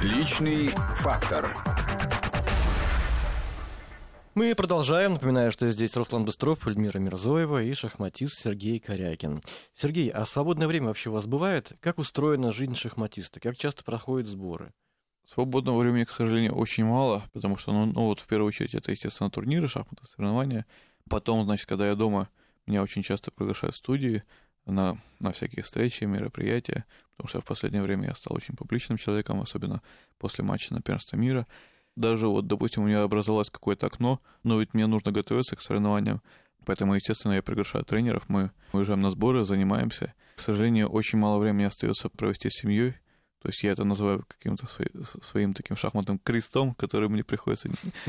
Личный фактор. Мы продолжаем. Напоминаю, что здесь Руслан Быстров, Эльмира Мирзоева и шахматист Сергей Корякин. Сергей, а свободное время вообще у вас бывает? Как устроена жизнь шахматиста? Как часто проходят сборы? Свободного времени, к сожалению, очень мало, потому что, вот в первую очередь, это, естественно, турниры, шахматные соревнования. Потом, значит, когда я дома, меня очень часто приглашают в студии на всякие встречи, мероприятия, потому что в последнее время я стал очень публичным человеком, особенно после матча на первенство мира. Даже допустим, у меня образовалось какое-то окно, но ведь мне нужно готовиться к соревнованиям, поэтому, естественно, я приглашаю тренеров, мы уезжаем на сборы, занимаемся. К сожалению, очень мало времени остается провести с семьей, то есть я это называю каким-то своим таким шахматным крестом, который мне приходится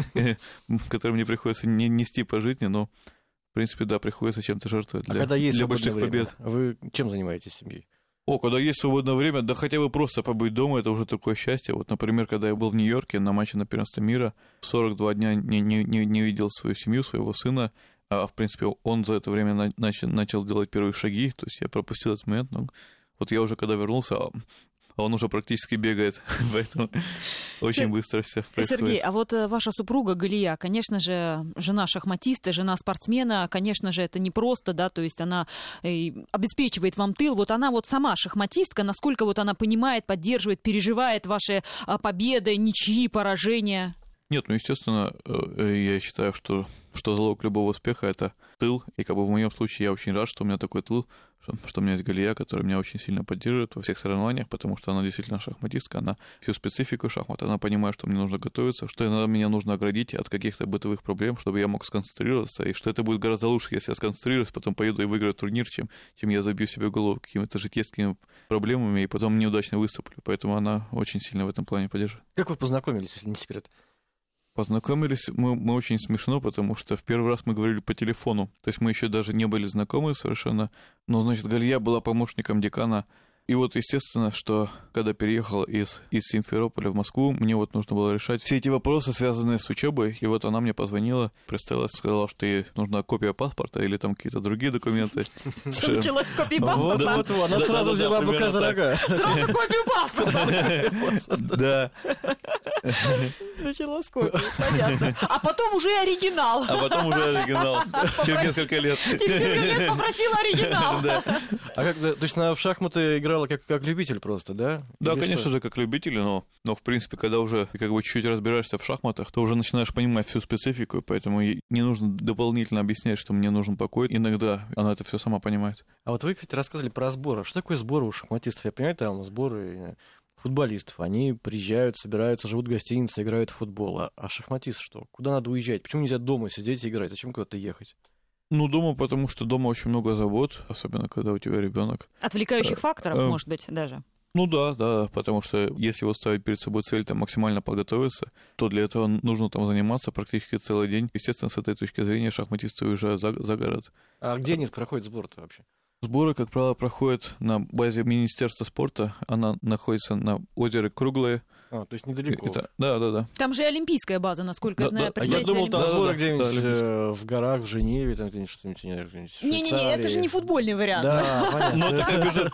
не нести по жизни, но, в принципе, да, приходится чем-то жертвовать для больших побед. Вы чем занимаетесь с семьей? Когда есть свободное время, да хотя бы просто побыть дома, это уже такое счастье. Например, когда я был в Нью-Йорке на матче на первенство мира, 42 дня не видел свою семью, своего сына, а, в принципе, он за это время начал делать первые шаги, то есть я пропустил этот момент, но я уже когда вернулся, он уже практически бегает, поэтому очень быстро все происходит. Сергей, а ваша супруга Галия, конечно же, жена шахматиста, жена спортсмена, конечно же, это непросто, да, то есть она обеспечивает вам тыл, она сама шахматистка, насколько она понимает, поддерживает, переживает ваши победы, ничьи, поражения? Нет, естественно, я считаю, что залог любого успеха — это тыл, и в моем случае я очень рад, что у меня такой тыл, что у меня есть Галия, которая меня очень сильно поддерживает во всех соревнованиях, потому что она действительно шахматистка, она всю специфику шахмат, она понимает, что мне нужно готовиться, что меня нужно оградить от каких-то бытовых проблем, чтобы я мог сконцентрироваться, и что это будет гораздо лучше, если я сконцентрируюсь, потом поеду и выиграю турнир, чем я забью себе голову какими-то житейскими проблемами, и потом неудачно выступлю, поэтому она очень сильно в этом плане поддерживает. Как вы познакомились, если не секрет? Познакомились мы очень смешно, потому что в первый раз мы говорили по телефону. То есть мы еще даже не были знакомы совершенно. Но, Галия была помощником декана. И естественно, что когда переехал из Симферополя в Москву, мне нужно было решать все эти вопросы, связанные с учебой. И она мне позвонила, представилась, сказала, что ей нужна копия паспорта или там какие-то другие документы. Началась копия паспорта. Она сразу взяла быка за рога. Сразу копию паспорта. Да. Началась копия, понятно. А потом уже оригинал. Через несколько лет. Попросила оригинал. То есть она в шахматы играла как любитель просто, да? Да, конечно же, как любитель, но в принципе, когда уже чуть-чуть разбираешься в шахматах, то уже начинаешь понимать всю специфику, поэтому ей не нужно дополнительно объяснять, что мне нужен покой. Иногда она это все сама понимает. А вы, кстати, рассказывали про сборы. Что такое сборы у шахматистов? Я понимаю, там сборы футболистов. Они приезжают, собираются, живут в гостинице, играют в футбол. А шахматист что? Куда надо уезжать? Почему нельзя дома сидеть и играть? Зачем куда-то ехать? Дома, потому что дома очень много забот, особенно когда у тебя ребенок. Отвлекающих факторов, может быть, даже. Да, потому что если ставить перед собой цель максимально подготовиться, то для этого нужно заниматься практически целый день. Естественно, с этой точки зрения шахматисты уезжают за город. А где они проходят сбор-то вообще? Сборы, как правило, проходят на базе Министерства спорта. Она находится на озере Круглое. То есть недалеко. Да. Там же олимпийская база, насколько я знаю. Я думал, там сборы где-нибудь в горах, в Женеве, там где-нибудь что-нибудь. Не-не-не, это же не футбольный вариант. Да, понятно. Но такой бюджет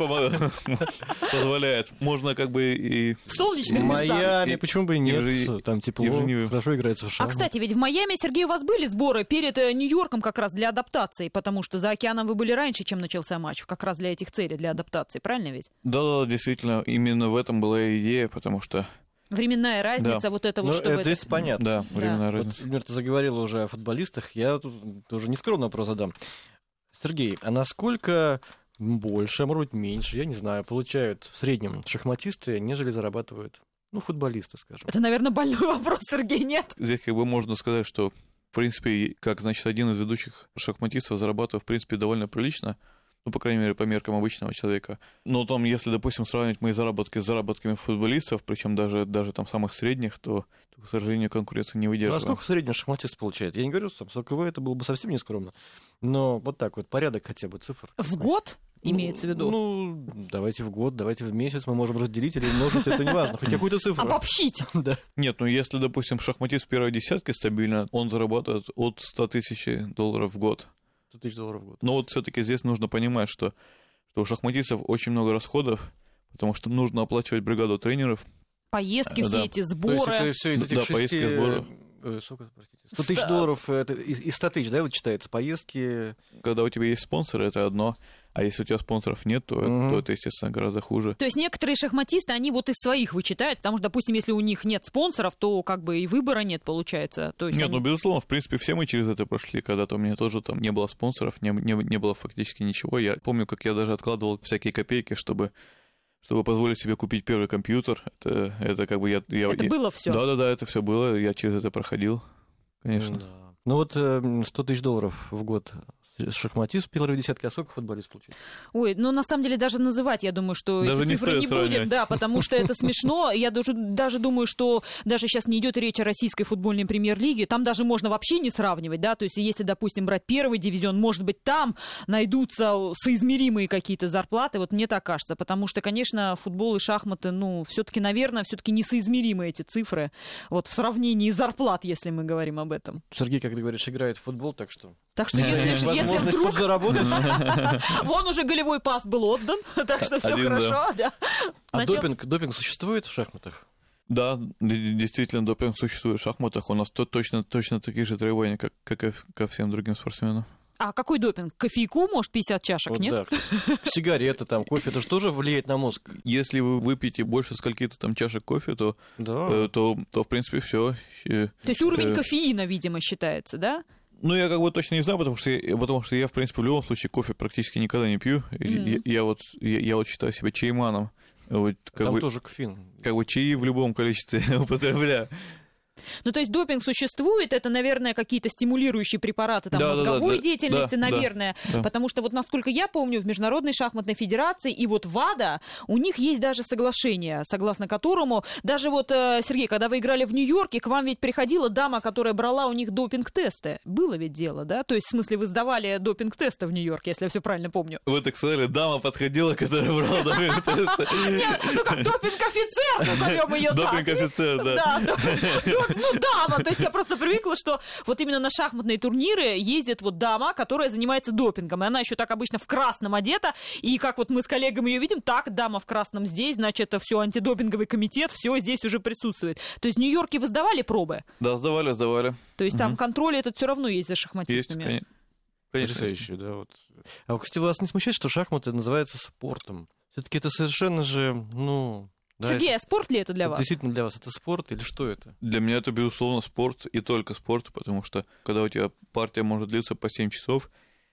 позволяет. Можно и... В солнечных местах. Майами, почему бы и нет? Там тепло, хорошо играется в шахматы. А, кстати, ведь в Майами, Сергей, у вас были сборы перед Нью-Йорком как раз для адаптации, потому что за океаном вы были раньше, чем начался матч, как раз для этих целей, для адаптации, правильно ведь? Да, действительно, именно в этом была идея, потому что... Временная разница, да. чтобы... Это понятно. Да, временная разница. Эльмира, ты заговорила уже о футболистах, я тут тоже нескромный вопрос задам. Сергей, а насколько больше, а может быть меньше, я не знаю, получают в среднем шахматисты, нежели зарабатывают, футболисты, скажем? Это, наверное, больной вопрос, Сергей, нет? Здесь можно сказать, что, в принципе, один из ведущих шахматистов зарабатывает, в принципе, довольно прилично, по крайней мере, по меркам обычного человека. Но если, допустим, сравнивать мои заработки с заработками футболистов, причем даже там самых средних, то, к сожалению, конкуренция не выдерживает. А сколько в среднем шахматист получает? Я не говорю, что сколько это было бы совсем нескромно, но порядок хотя бы цифр. В год? Имеется в виду? Давайте в год, давайте в месяц, мы можем разделить или умножить, это не важно, хоть какую-то цифру. Обобщить. Да. Нет, если, допустим, шахматист в первой десятке стабильно, он зарабатывает от $100 000 в год. $100 000 в год. Но все-таки здесь нужно понимать, что у шахматистов очень много расходов, потому что нужно оплачивать бригаду тренеров, Поездки, все эти То есть сборы. это все из этих поездки, 6... сборы. Сколько, простите? 100 тысяч долларов, это из 100 тысяч, да, вот читается, поездки... Когда у тебя есть спонсоры, это одно, а если у тебя спонсоров нет, то это, естественно, гораздо хуже. То есть некоторые шахматисты, они вот из своих вычитают, потому что, допустим, если у них нет спонсоров, то как бы и выбора нет, получается. То есть Нет, они... ну, безусловно, в принципе, все мы через это прошли. Когда-то у меня тоже там не было спонсоров, не было фактически ничего. Я помню, как я даже откладывал всякие копейки, чтобы позволить себе купить первый компьютер. Это как бы Это было все. Да, это все было, я через это проходил, конечно. Да. Ну вот 100 тысяч долларов в год шахматист первой десятки, а сколько футболист получает? Ой, ну на самом деле даже называть, я думаю, что Даже эти не цифры стоит не сравнивать. будем, да, потому что это смешно. Я даже думаю, что даже сейчас не идет речь о российской футбольной премьер-лиге, там даже можно вообще не сравнивать, да, то есть если, допустим, брать первый дивизион, может быть, там найдутся соизмеримые какие-то зарплаты, вот мне так кажется, потому что, конечно, футбол и шахматы, ну, все-таки, наверное, все-таки несоизмеримы эти цифры, вот в сравнении зарплат, если мы говорим об этом. Сергей, как ты говоришь, играет в футбол, так что... Так что если вдруг... заработать. Вон уже голевой пас был отдан, так что все Один, хорошо, да. А допинг существует в шахматах? Да, действительно, допинг существует в шахматах. У нас точно такие же требования, как и ко всем другим спортсменам. А какой допинг? Кофейку, может, 50 чашек, Вот, нет? да. Сигареты, там, кофе, это же тоже влияет на мозг. Если вы выпьете больше скольки-то там чашек кофе, то в принципе, все. То есть уровень кофеина, видимо, считается, да? Ну, я как бы точно не знаю, потому что я, в принципе, в любом случае кофе практически никогда не пью. Я вот считаю себя чайманом. Вот, там тоже кофеин. Как бы чаи в любом количестве употребляю. Ну, то есть допинг существует, это, наверное, какие-то стимулирующие препараты там, мозговой деятельности, наверное, потому что вот насколько я помню, в Международной шахматной федерации и вот ВАДА, у них есть даже соглашение, согласно которому, даже вот, Сергей, когда вы играли в Нью-Йорке, к вам ведь приходила дама, которая брала у них допинг-тесты. Было ведь дело, да? То есть, в смысле, вы сдавали допинг-тесты в Нью-Йорке, если я все правильно помню. Вы так сказали, дама подходила, которая брала допинг-тесты. Нет, ну как допинг-офицер, назовем ее так. Допинг-офицер, да. Ну, дама, то есть я просто привыкла, что вот именно на шахматные турниры ездит вот дама, которая занимается допингом, и она еще так обычно в красном одета, и как вот мы с коллегами ее видим, так, дама в красном здесь, значит, это все антидопинговый комитет, все здесь уже присутствует. То есть в Нью-Йорке вы сдавали пробы? Да, сдавали. То есть там контроль этот все равно есть за шахматистами? Есть, Потрясающе, да. Вот. А, кстати, вас не смущает, что шахматы называются спортом? Все-таки это совершенно же, ну... Да, Сергей, а спорт ли это для вас? Действительно для вас это спорт или что это? Для меня это, безусловно, спорт и только спорт, потому что когда у тебя партия может длиться по 7 часов,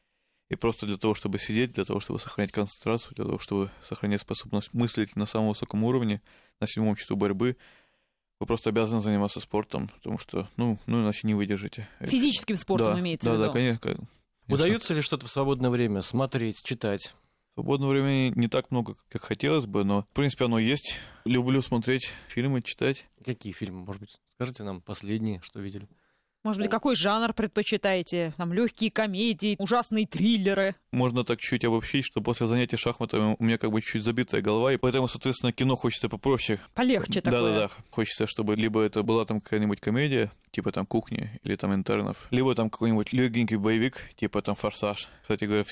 и просто для того, чтобы сидеть, для того, чтобы сохранять концентрацию, для того, чтобы сохранять способность мыслить на самом высоком уровне, на 7-м часу борьбы, вы просто обязаны заниматься спортом, потому что, ну иначе не выдержите. Физическим спортом имеется в виду? Да, конечно. Удается ли что-то в свободное время смотреть, читать? Свободного времени не так много, как хотелось бы, но, в принципе, оно есть. Люблю смотреть фильмы, читать. Какие фильмы, может быть? Скажите нам последние, что видели. Может быть, какой жанр предпочитаете? Там легкие комедии, ужасные триллеры. Можно так чуть обобщить, что после занятий шахматами у меня как бы чуть забитая голова, и поэтому, соответственно, кино хочется попроще. Полегче такое. Да. Хочется, чтобы либо это была там какая-нибудь комедия, типа там «Кухни» или там «Интернов», либо там какой-нибудь легенький боевик, типа там «Форсаж». Кстати говоря,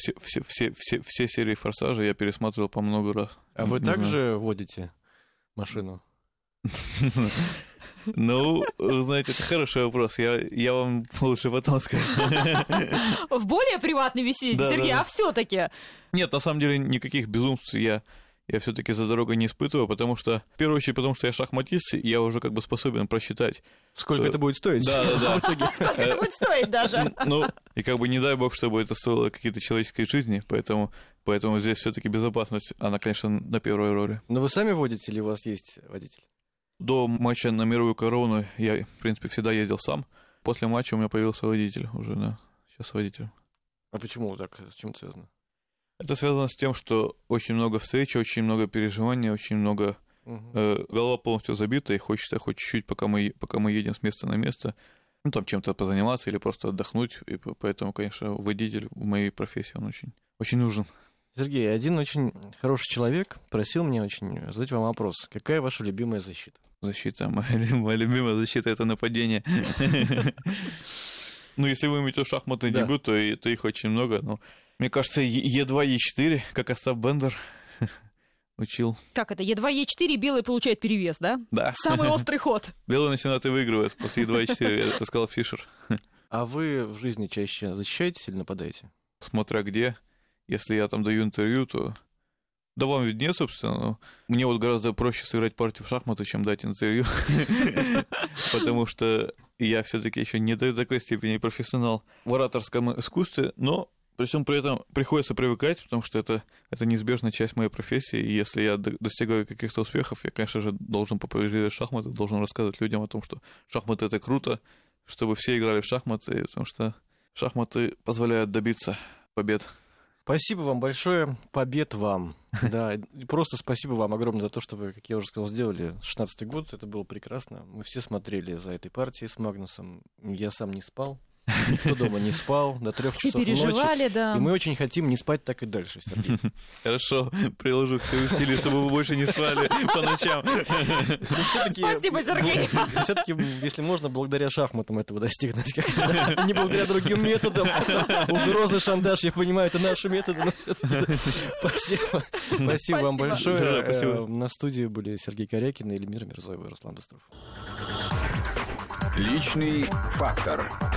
все серии «Форсажа» я пересматривал по много раз. А вы также водите машину? Ну, знаете, это хороший вопрос. Я вам лучше потом скажу. В более приватной беседе, Да, Сергей, да. а все-таки? Нет, на самом деле никаких безумств я все-таки за дорогой не испытываю, потому что, в первую очередь, потому что я шахматист, и я уже как бы способен просчитать. Сколько это будет стоить? Да. Сколько это будет стоить даже? Ну, и как бы не дай бог, чтобы это стоило какие-то человеческой жизни, поэтому здесь все-таки безопасность, она, конечно, на первой роли. Но вы сами водите или у вас есть водитель? До матча на мировую корону я, в принципе, всегда ездил сам. После матча у меня появился водитель уже, да, сейчас водитель. А почему так? С чем это связано? Это связано с тем, что очень много встреч, очень много переживаний, очень много... голова полностью забита, и хочется хоть чуть-чуть, пока мы едем с места на место, ну, там чем-то позаниматься или просто отдохнуть. И поэтому, конечно, водитель в моей профессии, он очень, очень нужен. Сергей, один очень хороший человек просил меня очень задать вам вопрос. Какая ваша любимая защита? Защита. Моя любимая защита — это нападение. Ну, если вы имеете шахматный дебют, то их очень много. Но мне кажется, Е2, Е4, как Остап Бендер. учил. Как это? Е2, Е4, белый получает перевес, да? Да. Самый острый ход. Белый начинает и выигрывает после E2 и 4, это сказал Фишер. А вы в жизни чаще защищаетесь или нападаете? Смотря где. Если я там даю интервью, то... Да вам виднее, собственно. Но мне вот гораздо проще сыграть партию в шахматы, чем дать интервью. Потому что я все-таки еще не до такой степени профессионал в ораторском искусстве, но при всем при этом приходится привыкать, потому что это неизбежная часть моей профессии, и если я достигаю каких-то успехов, я, конечно же, должен популяризировать шахматы, должен рассказывать людям о том, что шахматы — это круто, чтобы все играли в шахматы, потому что шахматы позволяют добиться побед. Спасибо вам большое, побед вам. Да, просто спасибо вам огромное за то, что вы, как я уже сказал, сделали 16-й год. Это было прекрасно. Мы все смотрели за этой партией с Магнусом. Я сам не спал. Никто дома не спал до 3 Все часов переживали, ночи. да. И мы очень хотим не спать так и дальше, Сергей. Хорошо, приложу все усилия, чтобы вы больше не спали по ночам. Спасибо, Сергей. Все-таки, если можно, благодаря шахматам этого достигнуть. Не благодаря другим методам. Угрозы, шантаж, я понимаю, это наши методы, но все-таки спасибо. Спасибо вам большое. Спасибо. На студии были Сергей Корякин, Эльмира Мирзоева и Руслан Быстров. Личный фактор.